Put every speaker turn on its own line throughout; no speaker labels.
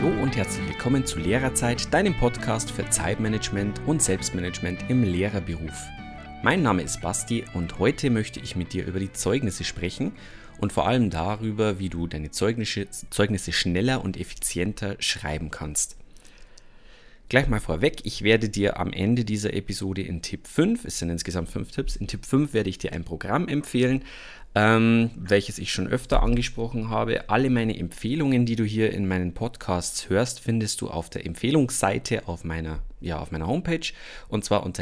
Hallo und herzlich willkommen zu Lehrerzeit, deinem Podcast für Zeitmanagement und Selbstmanagement im Lehrerberuf. Mein Name ist Basti und heute möchte ich mit dir über die Zeugnisse sprechen und vor allem darüber, wie du deine Zeugnisse schneller und effizienter schreiben kannst. Gleich mal vorweg, ich werde dir am Ende dieser Episode in Tipp 5, es sind insgesamt 5 Tipps, in Tipp 5 werde ich dir ein Programm empfehlen, welches ich schon öfter angesprochen habe. Alle meine Empfehlungen, die du hier in meinen Podcasts hörst, findest du auf der Empfehlungsseite auf meiner Homepage und zwar unter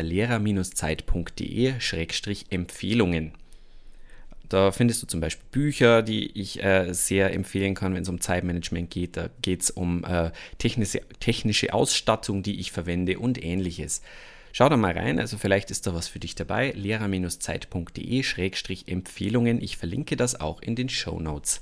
lehrer-zeit.de/Empfehlungen. Da findest du zum Beispiel Bücher, die ich sehr empfehlen kann, wenn es um Zeitmanagement geht. Da geht es um technische Ausstattung, die ich verwende und ähnliches. Schau da mal rein, also vielleicht ist da was für dich dabei. lehrer-zeit.de/Empfehlungen. Ich verlinke das auch in den Shownotes.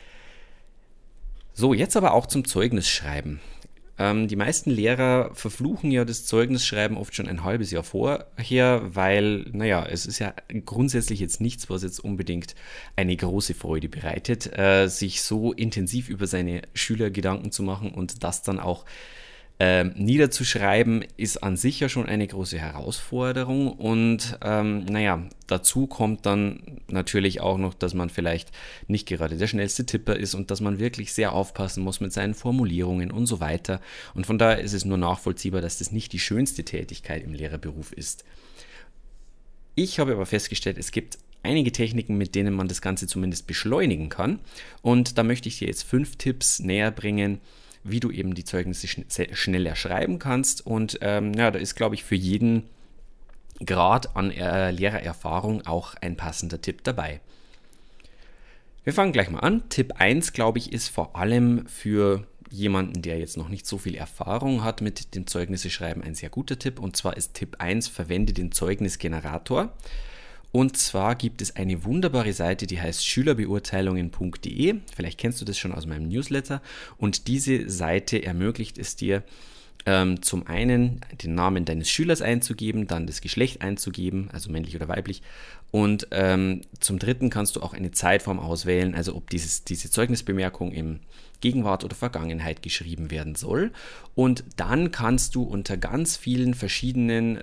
So, jetzt aber auch zum Zeugnisschreiben. Die meisten Lehrer verfluchen ja das Zeugnisschreiben oft schon ein halbes Jahr vorher, weil, es ist ja grundsätzlich jetzt nichts, was jetzt unbedingt eine große Freude bereitet, sich so intensiv über seine Schüler Gedanken zu machen und das dann auch niederzuschreiben, ist an sich ja schon eine große Herausforderung und dazu kommt dann natürlich auch noch, dass man vielleicht nicht gerade der schnellste Tipper ist und dass man wirklich sehr aufpassen muss mit seinen Formulierungen und so weiter. Und von daher ist es nur nachvollziehbar, dass das nicht die schönste Tätigkeit im Lehrerberuf ist. Ich habe aber festgestellt, es gibt einige Techniken, mit denen man das Ganze zumindest beschleunigen kann und da möchte ich dir jetzt 5 Tipps näher bringen, wie du eben die Zeugnisse schneller schreiben kannst. Und da ist, glaube ich, für jeden Grad an Lehrererfahrung auch ein passender Tipp dabei. Wir fangen gleich mal an. Tipp 1, glaube ich, ist vor allem für jemanden, der jetzt noch nicht so viel Erfahrung hat mit dem Zeugnisseschreiben, ein sehr guter Tipp. Und zwar ist Tipp 1, verwende den Zeugnisgenerator. Und zwar gibt es eine wunderbare Seite, die heißt schülerbeurteilungen.de. Vielleicht kennst du das schon aus meinem Newsletter. Und diese Seite ermöglicht es dir, zum einen den Namen deines Schülers einzugeben, dann das Geschlecht einzugeben, also männlich oder weiblich. Und zum dritten kannst du auch eine Zeitform auswählen, also ob diese Zeugnisbemerkung im Gegenwart oder Vergangenheit geschrieben werden soll. Und dann kannst du unter ganz vielen verschiedenen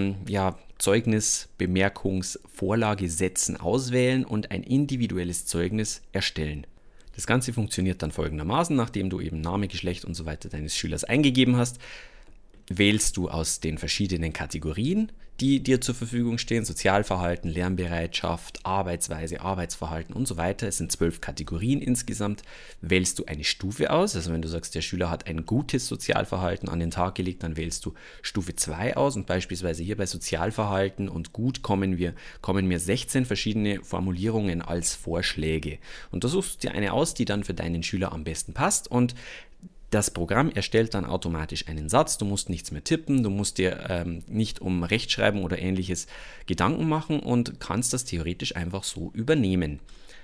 Zeugnisbemerkungsvorlagesätzen auswählen und ein individuelles Zeugnis erstellen. Das Ganze funktioniert dann folgendermaßen: Nachdem du eben Name, Geschlecht und so weiter deines Schülers eingegeben hast, wählst du aus den verschiedenen Kategorien, die dir zur Verfügung stehen: Sozialverhalten, Lernbereitschaft, Arbeitsweise, Arbeitsverhalten und so weiter. Es sind 12 Kategorien insgesamt. Wählst du eine Stufe aus, also wenn du sagst, der Schüler hat ein gutes Sozialverhalten an den Tag gelegt, dann wählst du Stufe 2 aus und beispielsweise hier bei Sozialverhalten und gut kommen mir 16 verschiedene Formulierungen als Vorschläge. Und da suchst du dir eine aus, die dann für deinen Schüler am besten passt und das Programm erstellt dann automatisch einen Satz, du musst nichts mehr tippen, du musst dir nicht um Rechtschreibung oder ähnliches Gedanken machen und kannst das theoretisch einfach so übernehmen.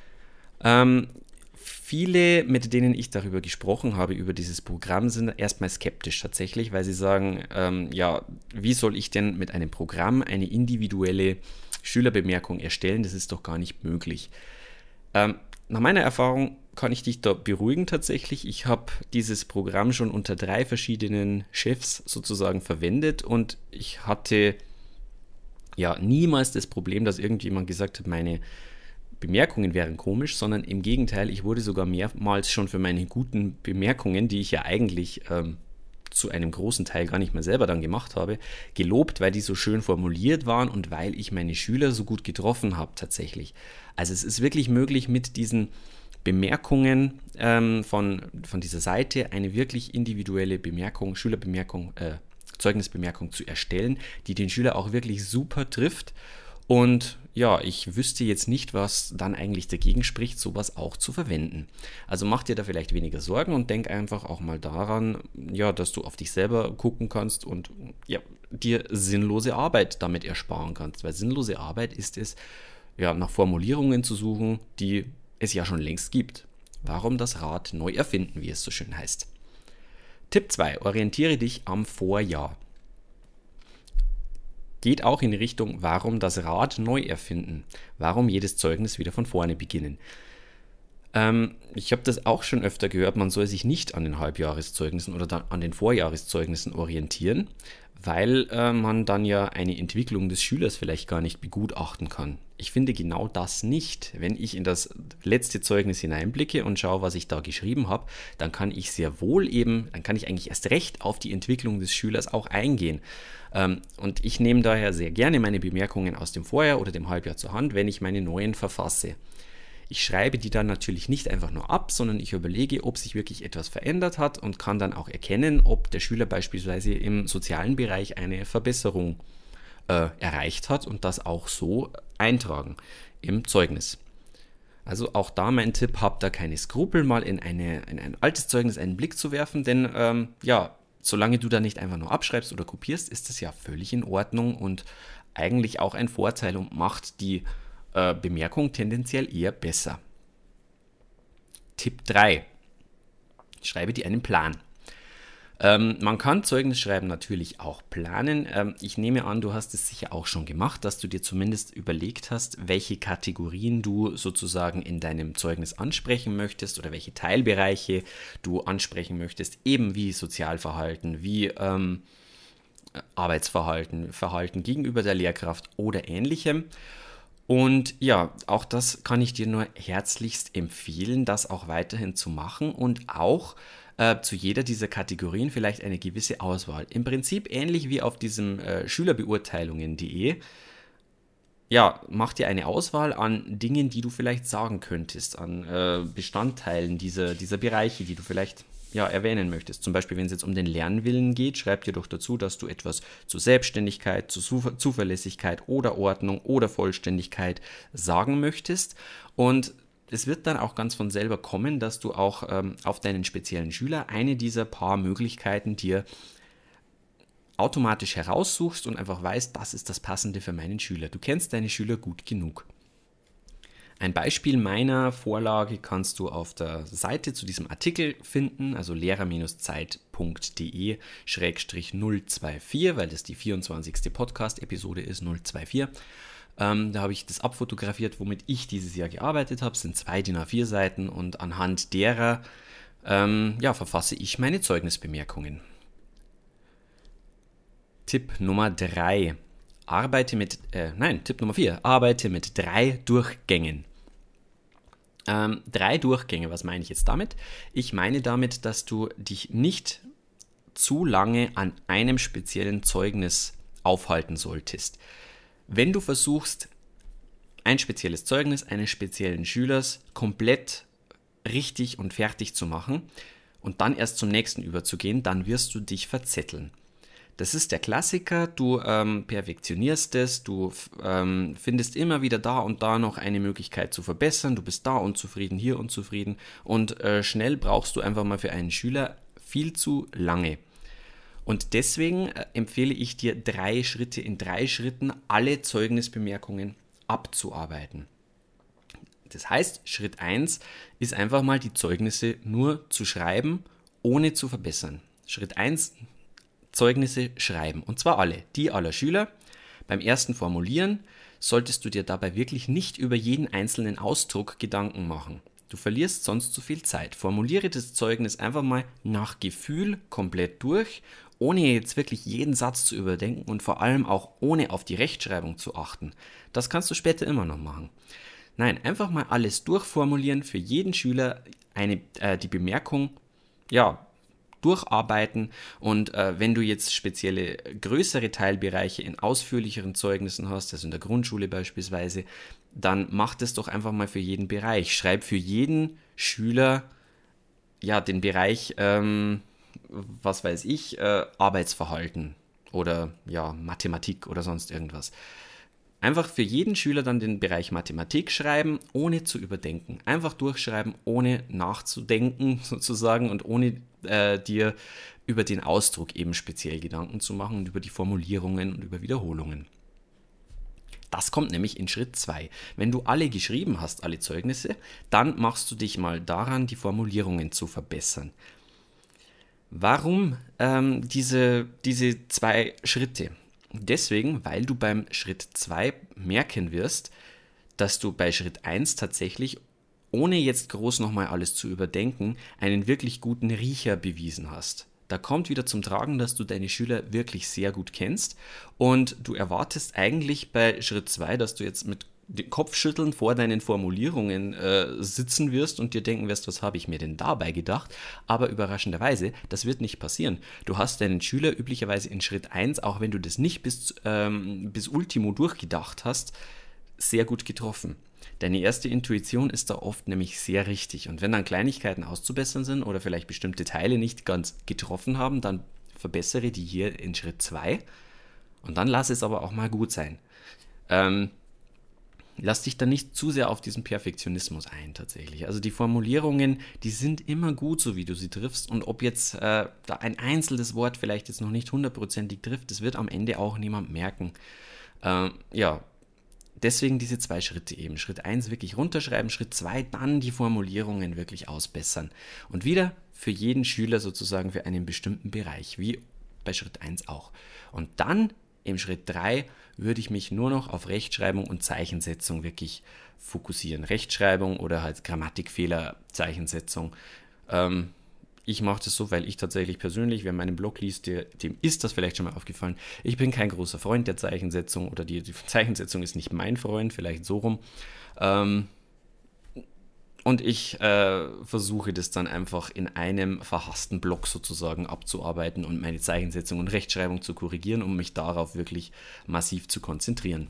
Viele, mit denen ich darüber gesprochen habe, über dieses Programm, sind erstmal skeptisch tatsächlich, weil sie sagen, wie soll ich denn mit einem Programm eine individuelle Schülerbemerkung erstellen? Das ist doch gar nicht möglich. Nach meiner Erfahrung kann ich dich da beruhigen tatsächlich. Ich habe dieses Programm schon unter 3 verschiedenen Chefs sozusagen verwendet und ich hatte niemals das Problem, dass irgendjemand gesagt hat, meine Bemerkungen wären komisch, sondern im Gegenteil, ich wurde sogar mehrmals schon für meine guten Bemerkungen, die ich ja eigentlich zu einem großen Teil gar nicht mehr selber dann gemacht habe, gelobt, weil die so schön formuliert waren und weil ich meine Schüler so gut getroffen habe tatsächlich. Also es ist wirklich möglich, mit diesen Bemerkungen von dieser Seite eine wirklich individuelle Bemerkung, Zeugnisbemerkung zu erstellen, die den Schüler auch wirklich super trifft. Und ich wüsste jetzt nicht, was dann eigentlich dagegen spricht, sowas auch zu verwenden. Also mach dir da vielleicht weniger Sorgen und denk einfach auch mal daran, dass du auf dich selber gucken kannst und dir sinnlose Arbeit damit ersparen kannst. Weil sinnlose Arbeit ist es, nach Formulierungen zu suchen, die es ja schon längst gibt. Warum das Rad neu erfinden, wie es so schön heißt. Tipp 2. Orientiere dich am Vorjahr. Geht auch in die Richtung, warum das Rad neu erfinden? Warum jedes Zeugnis wieder von vorne beginnen? Ich habe das auch schon öfter gehört, man soll sich nicht an den Halbjahreszeugnissen oder dann an den Vorjahreszeugnissen orientieren, weil man dann ja eine Entwicklung des Schülers vielleicht gar nicht begutachten kann. Ich finde genau das nicht. Wenn ich in das letzte Zeugnis hineinblicke und schaue, was ich da geschrieben habe, dann kann ich sehr wohl dann kann ich eigentlich erst recht auf die Entwicklung des Schülers auch eingehen. Und ich nehme daher sehr gerne meine Bemerkungen aus dem Vorjahr oder dem Halbjahr zur Hand, wenn ich meine neuen verfasse. Ich schreibe die dann natürlich nicht einfach nur ab, sondern ich überlege, ob sich wirklich etwas verändert hat und kann dann auch erkennen, ob der Schüler beispielsweise im sozialen Bereich eine Verbesserung erreicht hat und das auch so eintragen im Zeugnis. Also auch da mein Tipp, habt da keine Skrupel, mal in ein altes Zeugnis einen Blick zu werfen, denn solange du da nicht einfach nur abschreibst oder kopierst, ist das ja völlig in Ordnung und eigentlich auch ein Vorteil und macht die Bemerkung tendenziell eher besser. Tipp 3. Schreibe dir einen Plan. Man kann Zeugnisschreiben natürlich auch planen. Ich nehme an, du hast es sicher auch schon gemacht, dass du dir zumindest überlegt hast, welche Kategorien du sozusagen in deinem Zeugnis ansprechen möchtest oder welche Teilbereiche du ansprechen möchtest, eben wie Sozialverhalten, wie Arbeitsverhalten, Verhalten gegenüber der Lehrkraft oder ähnlichem. Und ja, auch das kann ich dir nur herzlichst empfehlen, das auch weiterhin zu machen und auch zu jeder dieser Kategorien vielleicht eine gewisse Auswahl. Im Prinzip ähnlich wie auf diesem schülerbeurteilungen.de. Ja, mach dir eine Auswahl an Dingen, die du vielleicht sagen könntest, an Bestandteilen dieser Bereiche, die du vielleicht erwähnen möchtest. Zum Beispiel, wenn es jetzt um den Lernwillen geht, schreib dir doch dazu, dass du etwas zu Selbstständigkeit, zu Zuverlässigkeit oder Ordnung oder Vollständigkeit sagen möchtest. Und es wird dann auch ganz von selber kommen, dass du auch auf deinen speziellen Schüler eine dieser paar Möglichkeiten dir automatisch heraussuchst und einfach weißt, das ist das Passende für meinen Schüler. Du kennst deine Schüler gut genug. Ein Beispiel meiner Vorlage kannst du auf der Seite zu diesem Artikel finden, also lehrer-zeit.de/024, weil das die 24. Podcast-Episode ist, 024. Da habe ich das abfotografiert, womit ich dieses Jahr gearbeitet habe. Es sind 2 DIN A4 Seiten und anhand derer verfasse ich meine Zeugnisbemerkungen. Tipp Nummer 3. Tipp Nummer 4. Arbeite mit 3 Durchgängen. 3 Durchgänge, was meine ich jetzt damit? Ich meine damit, dass du dich nicht zu lange an einem speziellen Zeugnis aufhalten solltest. Wenn du versuchst, ein spezielles Zeugnis eines speziellen Schülers komplett richtig und fertig zu machen und dann erst zum nächsten überzugehen, dann wirst du dich verzetteln. Das ist der Klassiker, du perfektionierst es, du findest immer wieder da und da noch eine Möglichkeit zu verbessern, du bist da unzufrieden, hier unzufrieden und schnell brauchst du einfach mal für einen Schüler viel zu lange. Und deswegen empfehle ich dir 3 Schritte, in 3 Schritten alle Zeugnisbemerkungen abzuarbeiten. Das heißt, Schritt 1 ist einfach mal die Zeugnisse nur zu schreiben, ohne zu verbessern. Schritt 1, Zeugnisse schreiben, und zwar alle, die aller Schüler. Beim ersten Formulieren solltest du dir dabei wirklich nicht über jeden einzelnen Ausdruck Gedanken machen. Du verlierst sonst zu viel Zeit. Formuliere das Zeugnis einfach mal nach Gefühl komplett durch, ohne jetzt wirklich jeden Satz zu überdenken und vor allem auch ohne auf die Rechtschreibung zu achten. Das kannst du später immer noch machen. Nein, einfach mal alles durchformulieren, für jeden Schüler die Bemerkung, durcharbeiten und wenn du jetzt spezielle größere Teilbereiche in ausführlicheren Zeugnissen hast, also in der Grundschule beispielsweise, dann mach das doch einfach mal für jeden Bereich. Schreib für jeden Schüler den Bereich, Arbeitsverhalten oder Mathematik oder sonst irgendwas. Einfach für jeden Schüler dann den Bereich Mathematik schreiben, ohne zu überdenken. Einfach durchschreiben, ohne nachzudenken sozusagen und ohne dir über den Ausdruck eben speziell Gedanken zu machen und über die Formulierungen und über Wiederholungen. Das kommt nämlich in Schritt 2. Wenn du alle geschrieben hast, alle Zeugnisse, dann machst du dich mal daran, die Formulierungen zu verbessern. Warum diese 2 Schritte? Deswegen, weil du beim Schritt 2 merken wirst, dass du bei Schritt 1 tatsächlich ohne jetzt groß nochmal alles zu überdenken, einen wirklich guten Riecher bewiesen hast. Da kommt wieder zum Tragen, dass du deine Schüler wirklich sehr gut kennst und du erwartest eigentlich bei Schritt 2, dass du jetzt mit dem Kopfschütteln vor deinen Formulierungen sitzen wirst und dir denken wirst, was habe ich mir denn dabei gedacht? Aber überraschenderweise, das wird nicht passieren. Du hast deinen Schüler üblicherweise in Schritt 1, auch wenn du das nicht bis Ultimo durchgedacht hast, sehr gut getroffen. Deine erste Intuition ist da oft nämlich sehr richtig. Und wenn dann Kleinigkeiten auszubessern sind oder vielleicht bestimmte Teile nicht ganz getroffen haben, dann verbessere die hier in Schritt 2 und dann lass es aber auch mal gut sein. Lass dich dann nicht zu sehr auf diesen Perfektionismus ein tatsächlich. Also die Formulierungen, die sind immer gut, so wie du sie triffst. Und ob jetzt da ein einzelnes Wort vielleicht jetzt noch nicht hundertprozentig trifft, das wird am Ende auch niemand merken. Ja, deswegen diese 2 Schritte eben. Schritt 1 wirklich runterschreiben, Schritt 2 dann die Formulierungen wirklich ausbessern. Und wieder für jeden Schüler sozusagen für einen bestimmten Bereich, wie bei Schritt 1 auch. Und dann im Schritt 3 würde ich mich nur noch auf Rechtschreibung und Zeichensetzung wirklich fokussieren. Rechtschreibung oder halt Grammatikfehler, Zeichensetzung. Ich mache das so, weil ich tatsächlich persönlich, wer meinen Blog liest, dem ist das vielleicht schon mal aufgefallen. Ich bin kein großer Freund der Zeichensetzung oder die Zeichensetzung ist nicht mein Freund, vielleicht so rum. Und ich versuche das dann einfach in einem verhassten Block sozusagen abzuarbeiten und meine Zeichensetzung und Rechtschreibung zu korrigieren, um mich darauf wirklich massiv zu konzentrieren.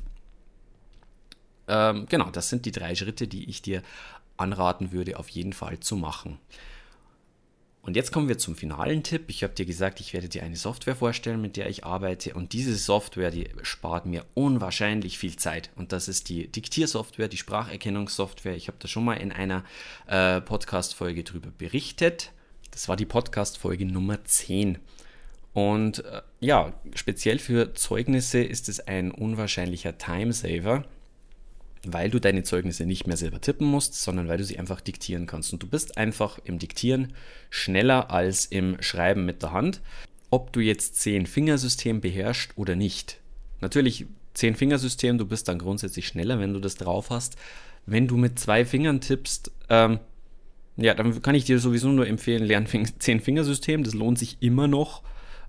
Genau, das sind die 3 Schritte, die ich dir anraten würde, auf jeden Fall zu machen. Und jetzt kommen wir zum finalen Tipp. Ich habe dir gesagt, ich werde dir eine Software vorstellen, mit der ich arbeite. Und diese Software, die spart mir unwahrscheinlich viel Zeit. Und das ist die Diktiersoftware, die Spracherkennungssoftware. Ich habe da schon mal in einer Podcast-Folge drüber berichtet. Das war die Podcast-Folge Nummer 10. Und ja, speziell für Zeugnisse ist es ein unwahrscheinlicher Timesaver, weil du deine Zeugnisse nicht mehr selber tippen musst, sondern weil du sie einfach diktieren kannst. Und du bist einfach im Diktieren schneller als im Schreiben mit der Hand, ob du jetzt 10-Fingersystem beherrschst oder nicht. Natürlich 10-Fingersystem, du bist dann grundsätzlich schneller, wenn du das drauf hast. Wenn du mit 2 Fingern tippst, ja, dann kann ich dir sowieso nur empfehlen, lern 10-Fingersystem, das lohnt sich immer noch.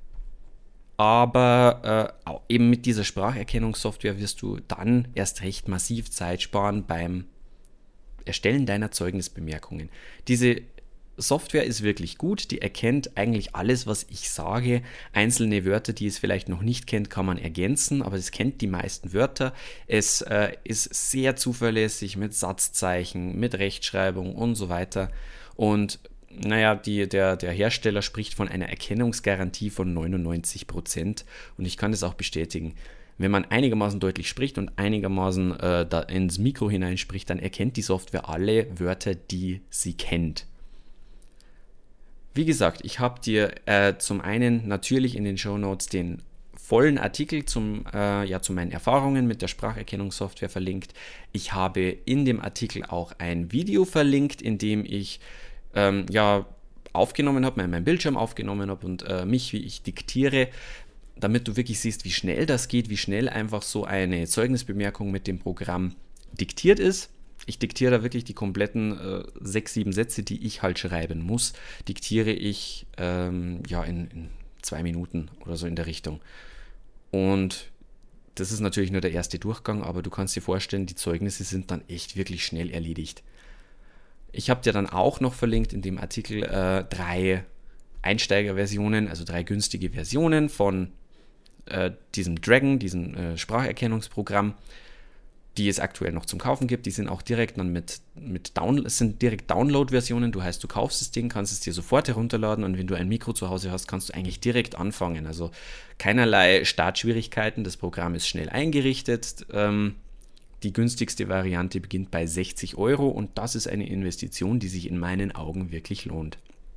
Aber eben mit dieser Spracherkennungssoftware wirst du dann erst recht massiv Zeit sparen beim Erstellen deiner Zeugnisbemerkungen. Diese Software ist wirklich gut, die erkennt eigentlich alles, was ich sage. Einzelne Wörter, die es vielleicht noch nicht kennt, kann man ergänzen, aber es kennt die meisten Wörter. Es ist sehr zuverlässig mit Satzzeichen, mit Rechtschreibung und so weiter. Und naja, der Hersteller spricht von einer Erkennungsgarantie von 99% und ich kann das auch bestätigen. Wenn man einigermaßen deutlich spricht und einigermaßen da ins Mikro hineinspricht, dann erkennt die Software alle Wörter, die sie kennt. Wie gesagt, ich habe dir zum einen natürlich in den Shownotes den vollen Artikel zu meinen Erfahrungen mit der Spracherkennungssoftware verlinkt. Ich habe in dem Artikel auch ein Video verlinkt, in dem ich aufgenommen habe, meinen Bildschirm aufgenommen habe und wie ich diktiere, damit du wirklich siehst, wie schnell das geht, wie schnell einfach so eine Zeugnisbemerkung mit dem Programm diktiert ist. Ich diktiere da wirklich die kompletten 6-7 Sätze, die ich halt schreiben muss, diktiere ich in 2 Minuten oder so in der Richtung. Und das ist natürlich nur der erste Durchgang, aber du kannst dir vorstellen, die Zeugnisse sind dann echt wirklich schnell erledigt. Ich habe dir dann auch noch verlinkt in dem Artikel 3 Einsteigerversionen, also 3 günstige Versionen von diesem Dragon, diesem Spracherkennungsprogramm, die es aktuell noch zum Kaufen gibt. Die sind auch direkt dann es sind direkt Download-Versionen, du kaufst das Ding, kannst es dir sofort herunterladen und wenn du ein Mikro zu Hause hast, kannst du eigentlich direkt anfangen. Also keinerlei Startschwierigkeiten, das Programm ist schnell eingerichtet. Die günstigste Variante beginnt bei 60 € und das ist eine Investition, die sich in meinen Augen wirklich lohnt.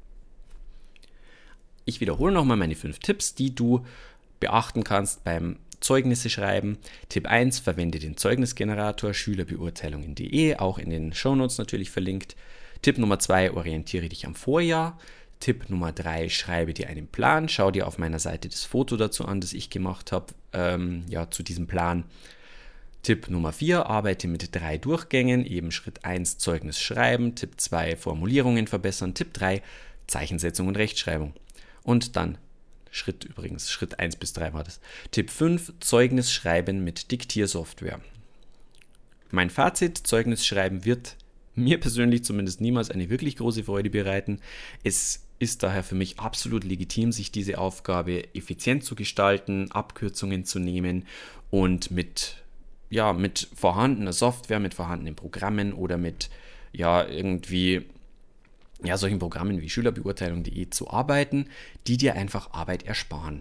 Ich wiederhole nochmal meine 5 Tipps, die du beachten kannst beim Zeugnisse schreiben. Tipp 1, verwende den Zeugnisgenerator schülerbeurteilungen.de, auch in den Shownotes natürlich verlinkt. Tipp Nummer 2, orientiere dich am Vorjahr. Tipp Nummer 3, schreibe dir einen Plan. Schau dir auf meiner Seite das Foto dazu an, das ich gemacht habe, zu diesem Plan. Tipp Nummer 4, arbeite mit 3 Durchgängen, eben Schritt 1 Zeugnis schreiben, Tipp 2 Formulierungen verbessern, Tipp 3 Zeichensetzung und Rechtschreibung. Und dann Schritt 1 bis 3 war das. Tipp 5, Zeugnis schreiben mit Diktiersoftware. Mein Fazit, Zeugnis schreiben wird mir persönlich zumindest niemals eine wirklich große Freude bereiten. Es ist daher für mich absolut legitim, sich diese Aufgabe effizient zu gestalten, Abkürzungen zu nehmen und mit vorhandener Software, mit vorhandenen Programmen oder mit solchen Programmen wie schülerbeurteilung.de zu arbeiten, die dir einfach Arbeit ersparen.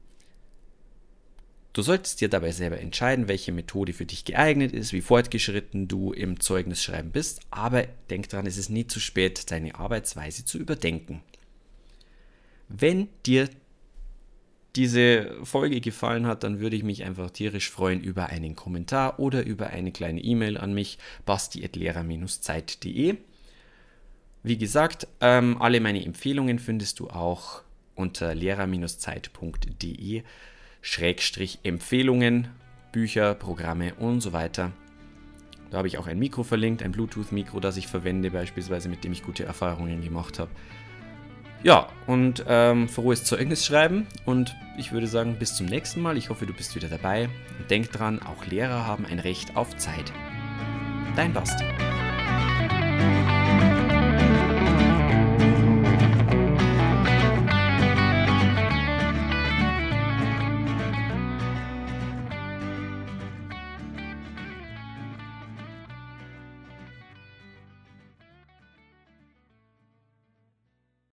Du solltest dir dabei selber entscheiden, welche Methode für dich geeignet ist, wie fortgeschritten du im Zeugnisschreiben bist, aber denk dran, es ist nie zu spät, deine Arbeitsweise zu überdenken. Wenn dir diese Folge gefallen hat, dann würde ich mich einfach tierisch freuen über einen Kommentar oder über eine kleine E-Mail an mich, basti@lehrer-zeit.de. Wie gesagt, alle meine Empfehlungen findest du auch unter lehrer-zeit.de/Empfehlungen, Bücher, Programme und so weiter. Da habe ich auch ein Mikro verlinkt, ein Bluetooth-Mikro, das ich verwende, beispielsweise mit dem ich gute Erfahrungen gemacht habe. Ja, und frohes Zeugnis schreiben und ich würde sagen, bis zum nächsten Mal. Ich hoffe, du bist wieder dabei und denk dran, auch Lehrer haben ein Recht auf Zeit. Dein Basti.